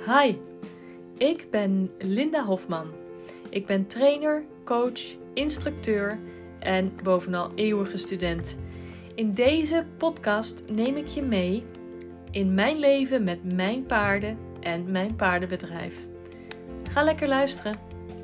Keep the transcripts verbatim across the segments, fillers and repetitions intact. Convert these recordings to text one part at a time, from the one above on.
Hi, ik ben Linda Hofman. Ik ben trainer, coach, instructeur en bovenal eeuwige student. In deze podcast neem ik je mee in mijn leven met mijn paarden en mijn paardenbedrijf. Ga lekker luisteren.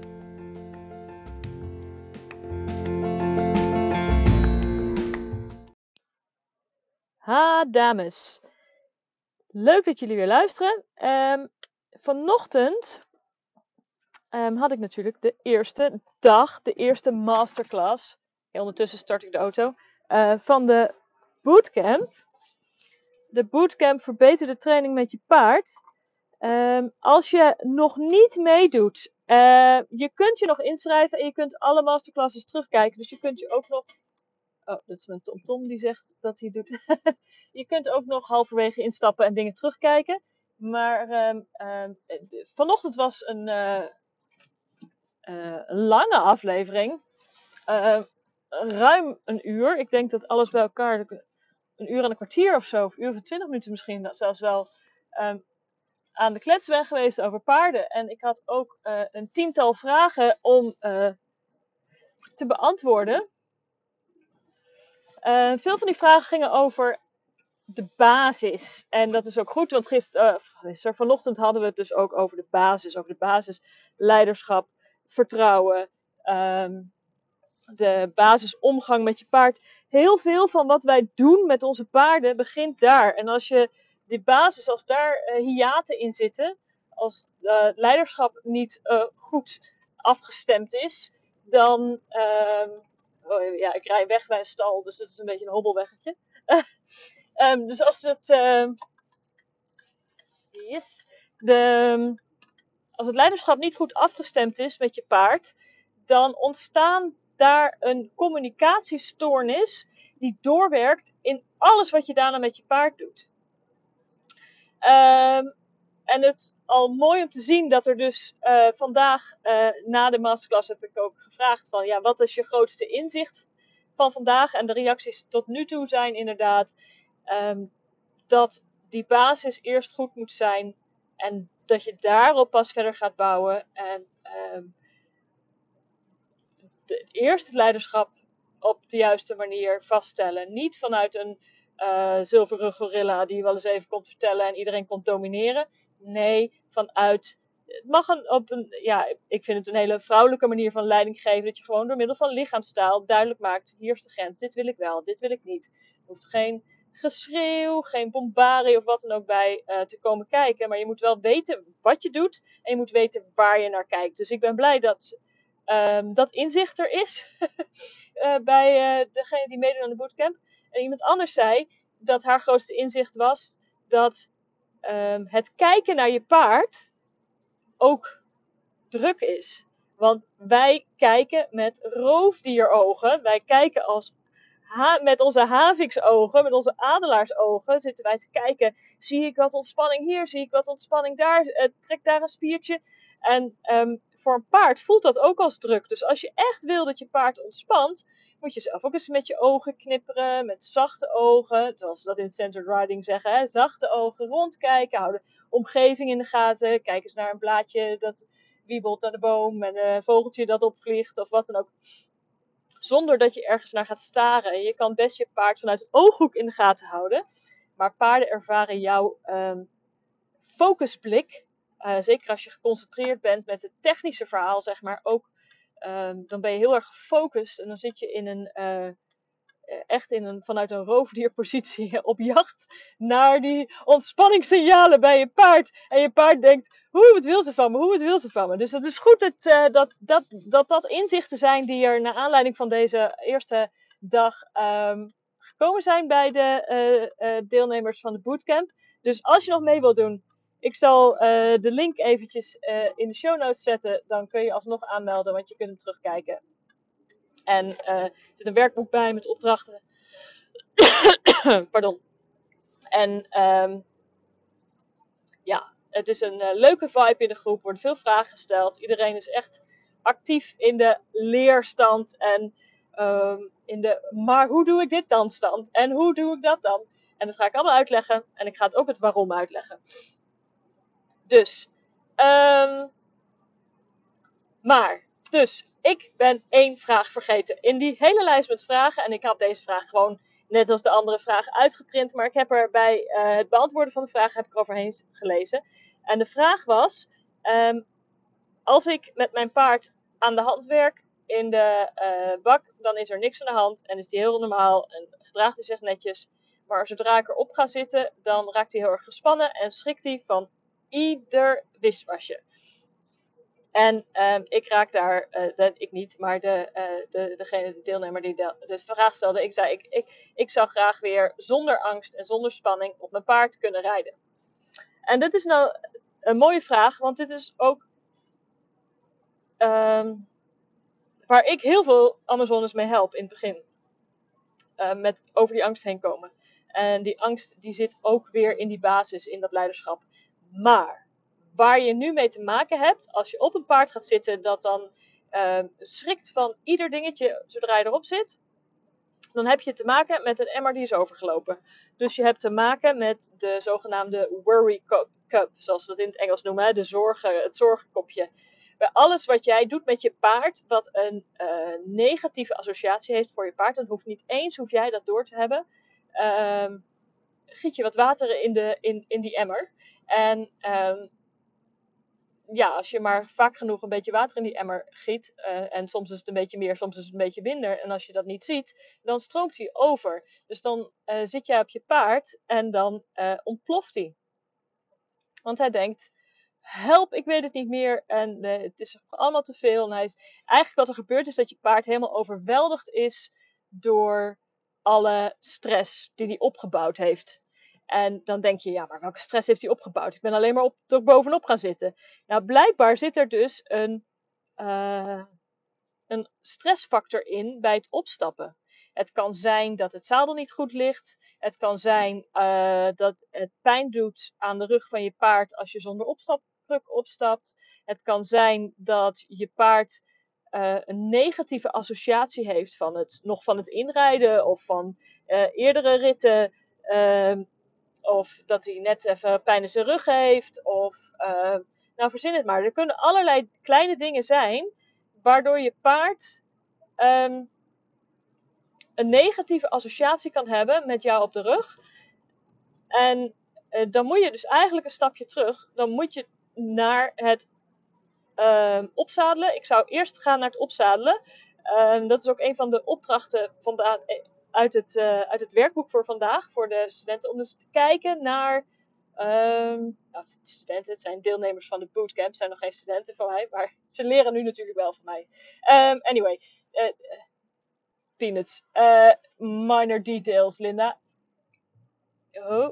Ha dames, leuk dat jullie weer luisteren. Um, vanochtend um, had ik natuurlijk de eerste dag, de eerste masterclass. Ja, ondertussen start ik de auto. Uh, van de bootcamp. De bootcamp Verbeter de training met je paard. Um, als je nog niet meedoet, uh, je kunt je nog inschrijven en je kunt alle masterclasses terugkijken. Dus je kunt je ook nog... Oh, dat is mijn TomTom die zegt dat hij het doet. Je kunt ook nog halverwege instappen en dingen terugkijken. Maar um, um, vanochtend was een, uh, uh, een lange aflevering. Uh, ruim een uur. Ik denk dat alles bij elkaar een uur en een kwartier of zo. Of een uur en twintig minuten misschien zelfs wel. Um, aan de klets ben geweest over paarden. En ik had ook uh, een tiental vragen om uh, te beantwoorden. Uh, veel van die vragen gingen over de basis. En dat is ook goed, want gisteren, uh, gisteren, vanochtend hadden we het dus ook over de basis. Over de basis, leiderschap, vertrouwen, um, de basis omgang met je paard. Heel veel van wat wij doen met onze paarden begint daar. En als je die basis, als daar uh, hiaten in zitten, als uh, leiderschap niet uh, goed afgestemd is, dan... Uh, oh, ja, ik rij weg bij een stal, dus dat is een beetje een hobbelweggetje. Um, dus als het, uh, yes, de, als het leiderschap niet goed afgestemd is met je paard, dan ontstaat daar een communicatiestoornis die doorwerkt in alles wat je daarna met je paard doet. Um, en het is al mooi om te zien dat er dus uh, vandaag uh, na de masterclass heb ik ook gevraagd van ja, wat is je grootste inzicht van vandaag? En de reacties tot nu toe zijn inderdaad um, dat die basis eerst goed moet zijn en dat je daarop pas verder gaat bouwen. En um, de, eerst het leiderschap op de juiste manier vaststellen. Niet vanuit een uh, zilveren gorilla die wel eens even komt vertellen en iedereen komt domineren. Nee, vanuit... Het mag een, op een... Ja, ik vind het een hele vrouwelijke manier van leiding geven. Dat je gewoon door middel van lichaamstaal duidelijk maakt. Hier is de grens. Dit wil ik wel. Dit wil ik niet. Er hoeft geen geschreeuw, geen bombarie of wat dan ook bij uh, te komen kijken. Maar je moet wel weten wat je doet. En je moet weten waar je naar kijkt. Dus ik ben blij dat... Um, dat inzicht er is uh, bij uh, degene die meedoen aan de bootcamp. En iemand anders zei dat haar grootste inzicht was dat um, het kijken naar je paard ook druk is. Want wij kijken met roofdierogen. Wij kijken als ha- met onze haviksogen, met onze adelaarsogen zitten wij te kijken. Zie ik wat ontspanning hier? Zie ik wat ontspanning daar? Uh, trek daar een spiertje. En um, voor een paard voelt dat ook als druk. Dus als je echt wil dat je paard ontspant, moet je zelf ook eens met je ogen knipperen, met zachte ogen, zoals ze dat in centered riding zeggen, hè? Zachte ogen, rondkijken, hou de omgeving in de gaten, kijk eens naar een blaadje dat wiebelt aan de boom en een vogeltje dat opvliegt of wat dan ook. Zonder dat je ergens naar gaat staren. En je kan best je paard vanuit een ooghoek in de gaten houden, maar paarden ervaren jouw um, focusblik. Uh, zeker als je geconcentreerd bent met het technische verhaal, zeg maar, ook, um, dan ben je heel erg gefocust en dan zit je in een, uh, echt in een, vanuit een roofdierpositie op jacht naar die ontspanningssignalen bij je paard. En je paard denkt, hoe, wat wil ze van me, hoe, wat wil ze van me. Dus het is goed dat, uh, dat, dat, dat dat inzichten zijn die er naar aanleiding van deze eerste dag um, gekomen zijn bij de uh, uh, deelnemers van de bootcamp. Dus als je nog mee wilt doen, ik zal uh, de link eventjes uh, in de show notes zetten. Dan kun je alsnog aanmelden, want je kunt hem terugkijken. En uh, er zit een werkboek bij met opdrachten. Pardon. En um, ja, het is een uh, leuke vibe in de groep. Er worden veel vragen gesteld. Iedereen is echt actief in de leerstand. En um, in de, maar hoe doe ik dit dan stand? En hoe doe ik dat dan? En dat ga ik allemaal uitleggen. En ik ga het ook het waarom uitleggen. Dus, um, maar, dus, ik ben één vraag vergeten in die hele lijst met vragen. En ik had deze vraag gewoon, net als de andere vragen, uitgeprint. Maar ik heb er bij uh, het beantwoorden van de vraag heb ik overheen gelezen. En de vraag was, um, als ik met mijn paard aan de hand werk in de uh, bak, dan is er niks aan de hand en is die heel normaal en gedraagt hij zich netjes. Maar zodra ik erop ga zitten, dan raakt hij heel erg gespannen en schrikt hij van ieder wiswasje. En um, ik raak daar, uh, de, ik niet, maar de, uh, de, degene, de deelnemer die de, de vraag stelde, ik zei, ik, ik, ik zou graag weer zonder angst en zonder spanning op mijn paard kunnen rijden. En dit is nou een mooie vraag, want dit is ook um, waar ik heel veel Amazones mee help in het begin. Uh, met over die angst heen komen. En die angst die zit ook weer in die basis, in dat leiderschap. Maar waar je nu mee te maken hebt, als je op een paard gaat zitten dat dan uh, schrikt van ieder dingetje zodra je erop zit, dan heb je te maken met een emmer die is overgelopen. Dus je hebt te maken met de zogenaamde worry cup, zoals ze dat in het Engels noemen, de zorgen, het zorgenkopje. Bij alles wat jij doet met je paard, wat een uh, negatieve associatie heeft voor je paard, dan hoeft niet eens hoef jij dat door te hebben. Uh, giet je wat water in, de, in, in die emmer. En uh, ja, als je maar vaak genoeg een beetje water in die emmer giet, uh, en soms is het een beetje meer, soms is het een beetje minder, en als je dat niet ziet, dan stroomt hij over. Dus dan uh, zit jij op je paard en dan uh, ontploft hij. Want hij denkt, help, ik weet het niet meer en uh, het is allemaal te veel. En hij is, eigenlijk wat er gebeurt is dat je paard helemaal overweldigd is door alle stress die hij opgebouwd heeft. En dan denk je, ja, maar welke stress heeft hij opgebouwd? Ik ben alleen maar op, er bovenop gaan zitten. Nou, blijkbaar zit er dus een, uh, een stressfactor in bij het opstappen. Het kan zijn dat het zadel niet goed ligt. Het kan zijn uh, dat het pijn doet aan de rug van je paard als je zonder opstapkruk opstapt. Het kan zijn dat je paard uh, een negatieve associatie heeft van het, nog van het inrijden of van uh, eerdere ritten. Uh, Of dat hij net even pijn in zijn rug heeft. Of, uh, nou verzin het maar. Er kunnen allerlei kleine dingen zijn. Waardoor je paard um, een negatieve associatie kan hebben met jou op de rug. En uh, dan moet je dus eigenlijk een stapje terug. Dan moet je naar het uh, opzadelen. Ik zou eerst gaan naar het opzadelen. Uh, dat is ook een van de opdrachten vandaag. Uit het, uh, uit het werkboek voor vandaag, voor de studenten, om dus te kijken naar, um, nou, studenten, het zijn deelnemers van de bootcamp, het zijn nog geen studenten van mij, maar ze leren nu natuurlijk wel van mij. Um, anyway, uh, peanuts, uh, minor details, Linda. Oh,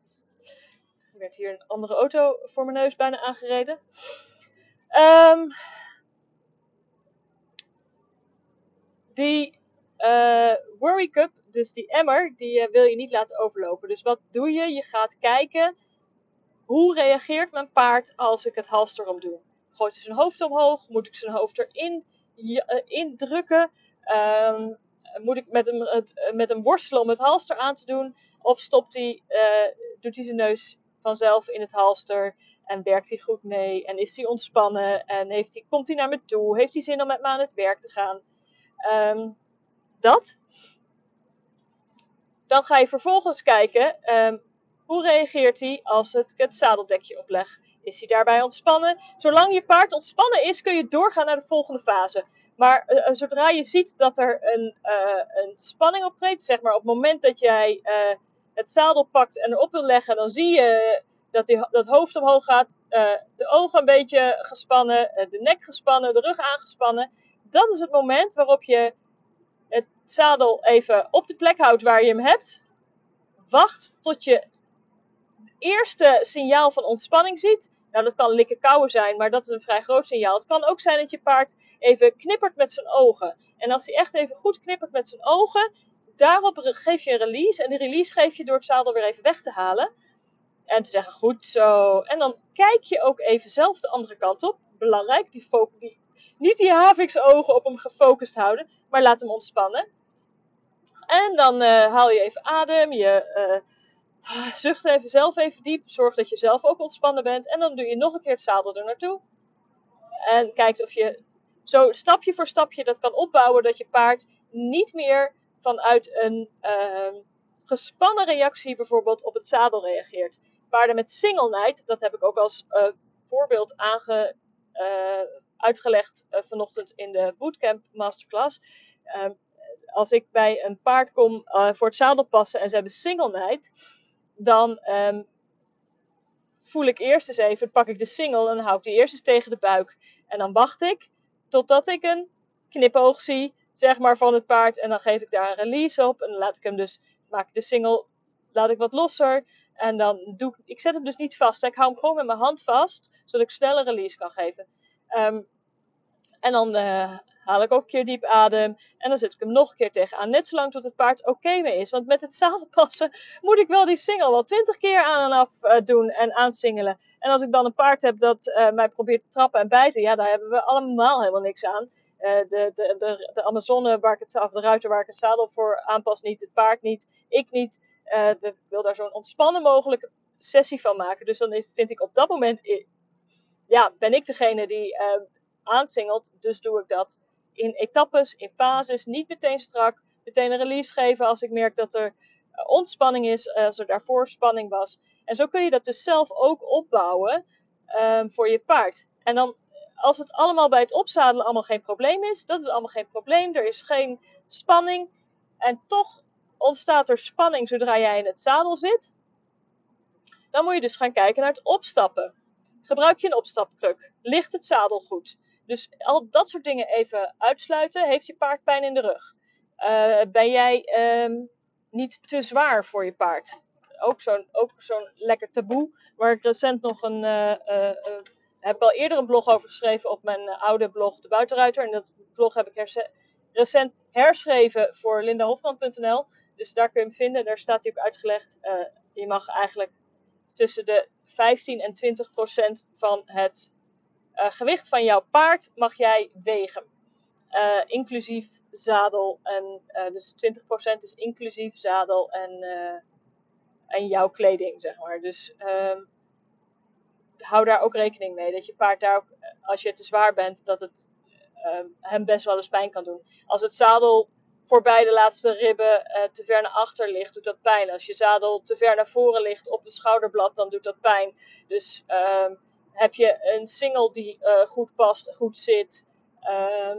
er werd hier een andere auto voor mijn neus bijna aangereden. Um, die uh, worry cup, dus die emmer, die uh, wil je niet laten overlopen. Dus wat doe je? Je gaat kijken, hoe reageert mijn paard als ik het halster om doe? Gooit hij zijn hoofd omhoog? Moet ik zijn hoofd erin uh, indrukken? Um, moet ik met hem, het, met hem worstelen om het halster aan te doen? Of stopt hij, uh, doet hij zijn neus vanzelf in het halster en werkt hij goed mee? En is hij ontspannen? En heeft hij, komt hij naar me toe? Heeft hij zin om met me aan het werk te gaan? Um, dat. Dan ga je vervolgens kijken, um, hoe reageert hij als ik het, het zadeldekje opleg? Is hij daarbij ontspannen? Zolang je paard ontspannen is, kun je doorgaan naar de volgende fase. Maar uh, zodra je ziet dat er een, uh, een spanning optreedt, zeg maar op het moment dat jij uh, het zadel pakt en erop wil leggen, dan zie je dat die, dat hoofd omhoog gaat, uh, de ogen een beetje gespannen, uh, de nek gespannen, de rug aangespannen. Dat is het moment waarop je het zadel even op de plek houdt waar je hem hebt. Wacht tot je het eerste signaal van ontspanning ziet. Nou, dat kan likken kauwen zijn, maar dat is een vrij groot signaal. Het kan ook zijn dat je paard even knippert met zijn ogen. En als hij echt even goed knippert met zijn ogen, daarop geef je een release. En die release geef je door het zadel weer even weg te halen. En te zeggen, goed zo. En dan kijk je ook even zelf de andere kant op. Belangrijk, die focus, die, niet die haviksogen op hem gefocust houden, maar laat hem ontspannen. En dan uh, haal je even adem, je uh, Zucht even zelf even diep. Zorg dat je zelf ook ontspannen bent. En dan doe je nog een keer het zadel er naartoe. En kijkt of je zo stapje voor stapje dat kan opbouwen. Dat je paard niet meer vanuit een uh, gespannen reactie bijvoorbeeld op het zadel reageert. Paarden met single night, dat heb ik ook als uh, voorbeeld aange, uh, uitgelegd uh, vanochtend in de bootcamp masterclass. Uh, als ik bij een paard kom uh, voor het zadel passen en ze hebben single night, dan um, voel ik eerst eens even, pak ik de single en dan hou ik die eerst eens tegen de buik. En dan wacht ik totdat ik een knipoog zie, zeg maar, van het paard. En dan geef ik daar een release op. En dan laat ik hem dus, maak ik de single, laat ik wat losser. En dan doe ik, ik zet hem dus niet vast. Ik hou hem gewoon met mijn hand vast, zodat ik snel een release kan geven. Um, en dan uh, haal ik ook een keer diep adem. En dan zet ik hem nog een keer tegenaan. Net zolang tot het paard oké okay mee is. Want met het zadelpassen moet ik wel die single wel twintig keer aan en af uh, doen en aansingelen. En als ik dan een paard heb dat uh, mij probeert te trappen en bijten. Ja, daar hebben we allemaal helemaal niks aan. Uh, de, de, de, de Amazone, waar ik het, of de ruiter waar ik het zadel voor aanpas niet. Het paard niet. Ik niet. Uh, de, ik wil daar zo'n ontspannen mogelijke sessie van maken. Dus dan vind ik op dat moment... Ja, ben ik degene die... Uh, aansingelt, dus doe ik dat in etappes, in fases, niet meteen strak, meteen een release geven als ik merk dat er ontspanning is, als er daarvoor spanning was. En zo kun je dat dus zelf ook opbouwen um, voor je paard. En dan, als het allemaal bij het opzadelen allemaal geen probleem is, dat is allemaal geen probleem, er is geen spanning en toch ontstaat er spanning zodra jij in het zadel zit, dan moet je dus gaan kijken naar het opstappen. Gebruik je een opstapkruk? Ligt het zadel goed? Dus al dat soort dingen even uitsluiten. Heeft je paard pijn in de rug? Uh, ben jij um, niet te zwaar voor je paard? Ook zo'n, ook zo'n lekker taboe. Waar ik recent nog een... Uh, uh, uh, heb ik al eerder een blog over geschreven op mijn uh, oude blog De Buitenruiter. En dat blog heb ik herse- recent herschreven voor linda hofman punt n l. Dus daar kun je hem vinden. Daar staat hij ook uitgelegd. Uh, je mag eigenlijk tussen de vijftien en twintig procent van het uh, gewicht van jouw paard mag jij wegen. Uh, inclusief zadel. En, uh, dus twintig procent is inclusief zadel en, uh, en jouw kleding, zeg maar. Dus uh, hou daar ook rekening mee. Dat je paard daar ook, als je te zwaar bent, dat het uh, hem best wel eens pijn kan doen. Als het zadel voorbij de laatste ribben uh, te ver naar achter ligt, doet dat pijn. Als je zadel te ver naar voren ligt op het schouderblad, dan doet dat pijn. Dus uh, heb je een single die uh, goed past, goed zit, uh,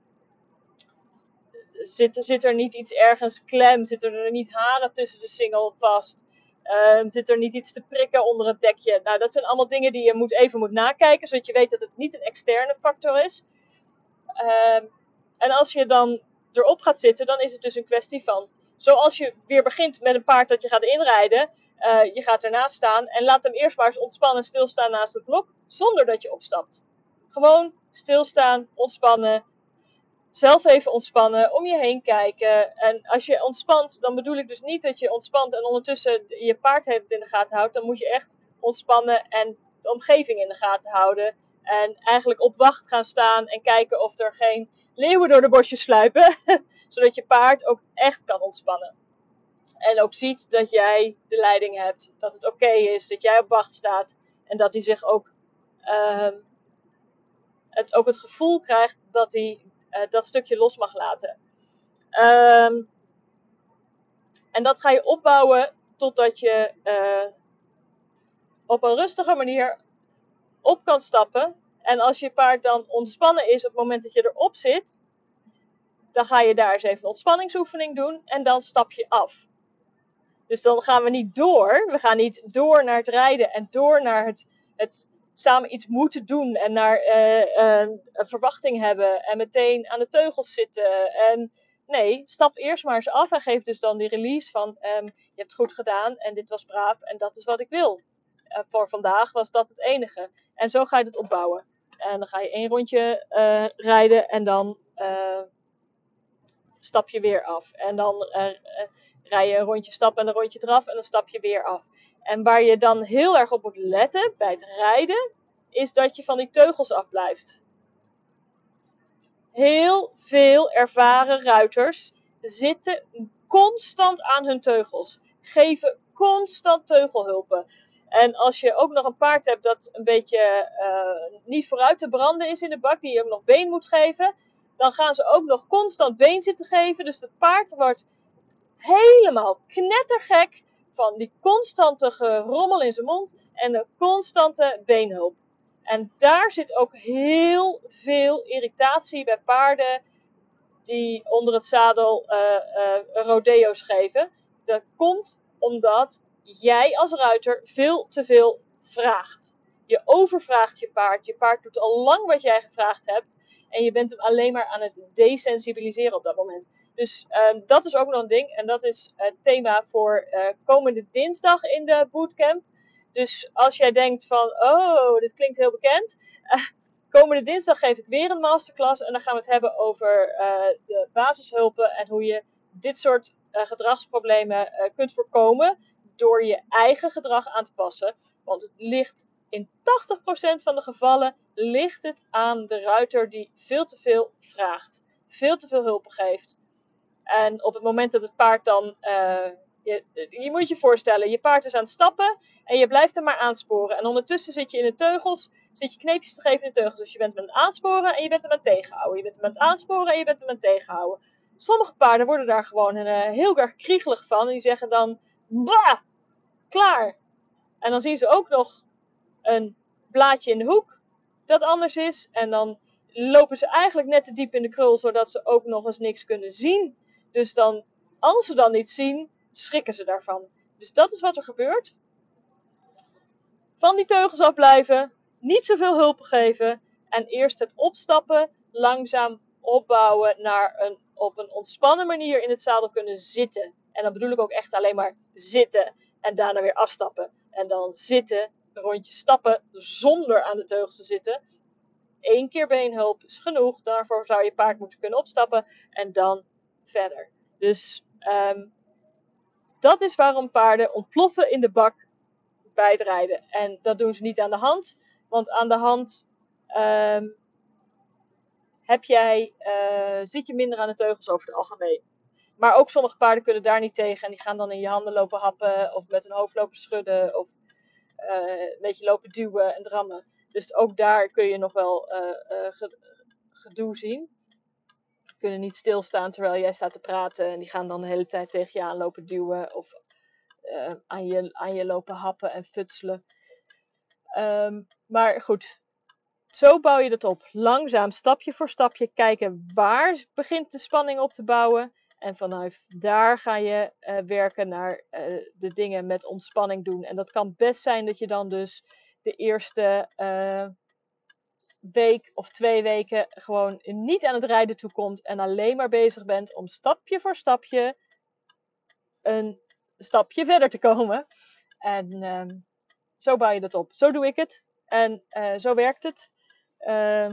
zit, zit er niet iets ergens klem, zitten er niet haren tussen de single vast, uh, zit er niet iets te prikken onder het dekje. Nou, dat zijn allemaal dingen die je moet, even moet nakijken, zodat je weet dat het niet een externe factor is. Uh, en als je dan erop gaat zitten, dan is het dus een kwestie van, zoals je weer begint met een paard dat je gaat inrijden, uh, je gaat ernaast staan en laat hem eerst maar eens ontspannen stilstaan naast het blok, zonder dat je opstapt. Gewoon stilstaan, ontspannen, zelf even ontspannen, om je heen kijken. En als je ontspant, dan bedoel ik dus niet dat je ontspant en ondertussen je paard heeft het in de gaten houdt. Dan moet je echt ontspannen en de omgeving in de gaten houden. En eigenlijk op wacht gaan staan en kijken of er geen leeuwen door de bosjes sluipen. Zodat je paard ook echt kan ontspannen. En ook ziet dat jij de leiding hebt. Dat het oké okay is, dat jij op wacht staat. En dat hij zich ook, uh, het, ook het gevoel krijgt dat hij uh, dat stukje los mag laten. Um, en dat ga je opbouwen totdat je uh, op een rustige manier op kan stappen. En als je paard dan ontspannen is op het moment dat je erop zit, dan ga je daar eens even een ontspanningsoefening doen en dan stap je af. Dus dan gaan we niet door. We gaan niet door naar het rijden en door naar het, het samen iets moeten doen en naar uh, uh, een verwachting hebben en meteen aan de teugels zitten. En nee, stap eerst maar eens af en geef dus dan die release van um, je hebt het goed gedaan en dit was braaf en dat is wat ik wil. Uh, voor vandaag was dat het enige. En zo ga je het opbouwen. En dan ga je één rondje uh, rijden en dan uh, stap je weer af. En dan uh, uh, rij je een rondje stap en een rondje eraf en dan stap je weer af. En waar je dan heel erg op moet letten bij het rijden, is dat je van die teugels afblijft. Heel veel ervaren ruiters zitten constant aan hun teugels. Geven constant teugelhulpen. En als je ook nog een paard hebt dat een beetje uh, niet vooruit te branden is in de bak, die je ook nog been moet geven, dan gaan ze ook nog constant been zitten geven. Dus het paard wordt helemaal knettergek van die constante gerommel in zijn mond en de constante beenhulp. En daar zit ook heel veel irritatie bij paarden die onder het zadel uh, uh, rodeo's geven. Dat komt omdat jij als ruiter veel te veel vraagt. Je overvraagt je paard. Je paard doet al lang wat jij gevraagd hebt. En je bent hem alleen maar aan het desensibiliseren op dat moment. Dus uh, dat is ook nog een ding. En dat is het thema voor uh, komende dinsdag in de bootcamp. Dus als jij denkt van, oh, dit klinkt heel bekend. Uh, komende dinsdag geef ik weer een masterclass. En dan gaan we het hebben over uh, de basishulpen. En hoe je dit soort uh, gedragsproblemen uh, kunt voorkomen. Door je eigen gedrag aan te passen. Want het ligt in tachtig procent van de gevallen ligt het aan de ruiter die veel te veel vraagt. Veel te veel hulpen geeft. En op het moment dat het paard dan... Uh, je, je moet je voorstellen, je paard is aan het stappen en je blijft hem maar aansporen. En ondertussen zit je in de teugels, zit je kneepjes te geven in de teugels. Dus je bent hem aan het aansporen en je bent hem aan het tegenhouden. Je bent hem aan het aansporen en je bent hem aan het tegenhouden. Sommige paarden worden daar gewoon uh, heel erg kriegelig van. En die zeggen dan, bah, klaar. En dan zien ze ook nog een blaadje in de hoek dat anders is. En dan lopen ze eigenlijk net te diep in de krul, zodat ze ook nog eens niks kunnen zien. Dus dan, als ze dan niet zien, schrikken ze daarvan. Dus dat is wat er gebeurt. Van die teugels afblijven, niet zoveel hulp geven. En eerst het opstappen, langzaam opbouwen naar een op een ontspannen manier in het zadel kunnen zitten. En dan bedoel ik ook echt alleen maar zitten. En daarna weer afstappen. En dan zitten, een rondje stappen zonder aan de teugels te zitten. Eén keer beenhulp is genoeg. Daarvoor zou je paard moeten kunnen opstappen. En dan verder. Dus um, dat is waarom paarden ontploffen in de bak bij het rijden. En dat doen ze niet aan de hand. Want aan de hand um, heb jij, uh, zit je minder aan de teugels over het algemeen. Maar ook sommige paarden kunnen daar niet tegen. En die gaan dan in je handen lopen happen. Of met hun hoofd lopen schudden. Of uh, een beetje lopen duwen en drammen. Dus ook daar kun je nog wel uh, uh, gedoe zien. Die kunnen niet stilstaan terwijl jij staat te praten. En die gaan dan de hele tijd tegen je aan lopen duwen. Of uh, aan, je, aan je lopen happen en futselen. Um, maar goed. Zo bouw je dat op. Langzaam, stapje voor stapje. Kijken waar begint de spanning op te bouwen. En vanuit daar ga je uh, werken naar uh, de dingen met ontspanning doen. En dat kan best zijn dat je dan dus de eerste uh, week of twee weken gewoon niet aan het rijden toe komt. En alleen maar bezig bent om stapje voor stapje een stapje verder te komen. En uh, zo bouw je dat op. Zo doe ik het. En uh, zo werkt het. Uh,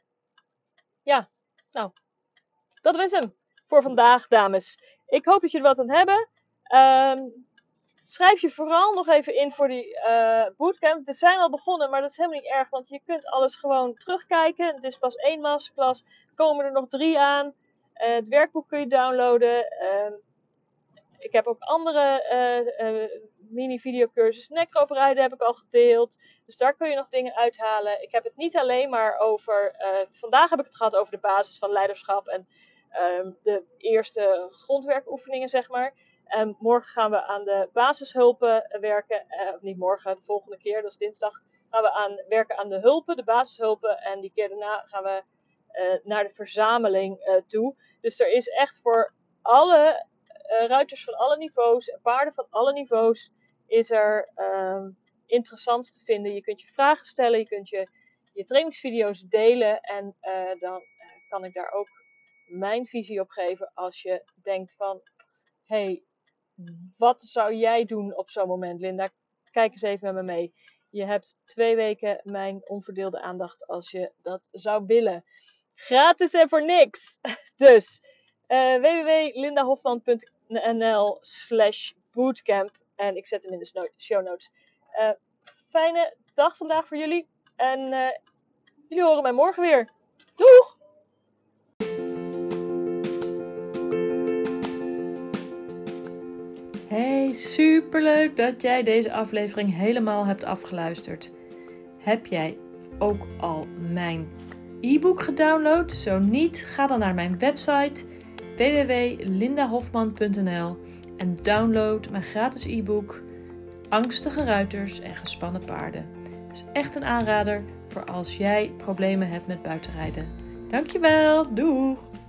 ja, nou, dat is hem voor vandaag, dames. Ik hoop dat jullie er wat aan hebben. Um, schrijf je vooral nog even in voor die uh, bootcamp. We zijn al begonnen, maar dat is helemaal niet erg, want je kunt alles gewoon terugkijken. Het is pas één masterclass. Er komen er nog drie aan. Uh, het werkboek kun je downloaden. Uh, ik heb ook andere uh, uh, mini-videocursus. Necrooprijden heb ik al gedeeld. Dus daar kun je nog dingen uithalen. Ik heb het niet alleen maar over... Uh, vandaag heb ik het gehad over de basis van leiderschap. En uh, de eerste grondwerkoefeningen, zeg maar. En morgen gaan we aan de basishulpen werken. Uh, niet morgen, de volgende keer, dat is dinsdag. Gaan we aan, werken aan de hulpen, de basishulpen. En die keer daarna gaan we uh, naar de verzameling uh, toe. Dus er is echt voor alle... Uh, ruiters van alle niveaus en paarden van alle niveaus is er uh, interessant te vinden. Je kunt je vragen stellen, je kunt je, je trainingsvideo's delen en uh, dan uh, kan ik daar ook mijn visie op geven als je denkt van, hey, wat zou jij doen op zo'n moment, Linda? Kijk eens even met me mee. Je hebt twee weken mijn onverdeelde aandacht als je dat zou willen. Gratis en voor niks. Dus uh, w w w punt linda hofman punt n l slash bootcamp. En ik zet hem in de show notes. Uh, fijne dag vandaag voor jullie. En uh, jullie horen mij morgen weer. Doeg! Hey, superleuk dat jij deze aflevering helemaal hebt afgeluisterd. Heb jij ook al mijn e-book gedownload? Zo niet, ga dan naar mijn website w w w punt linda hofman punt n l en download mijn gratis e-book Angstige ruiters en gespannen paarden. Het is echt een aanrader voor als jij problemen hebt met buitenrijden. Dankjewel, doeg!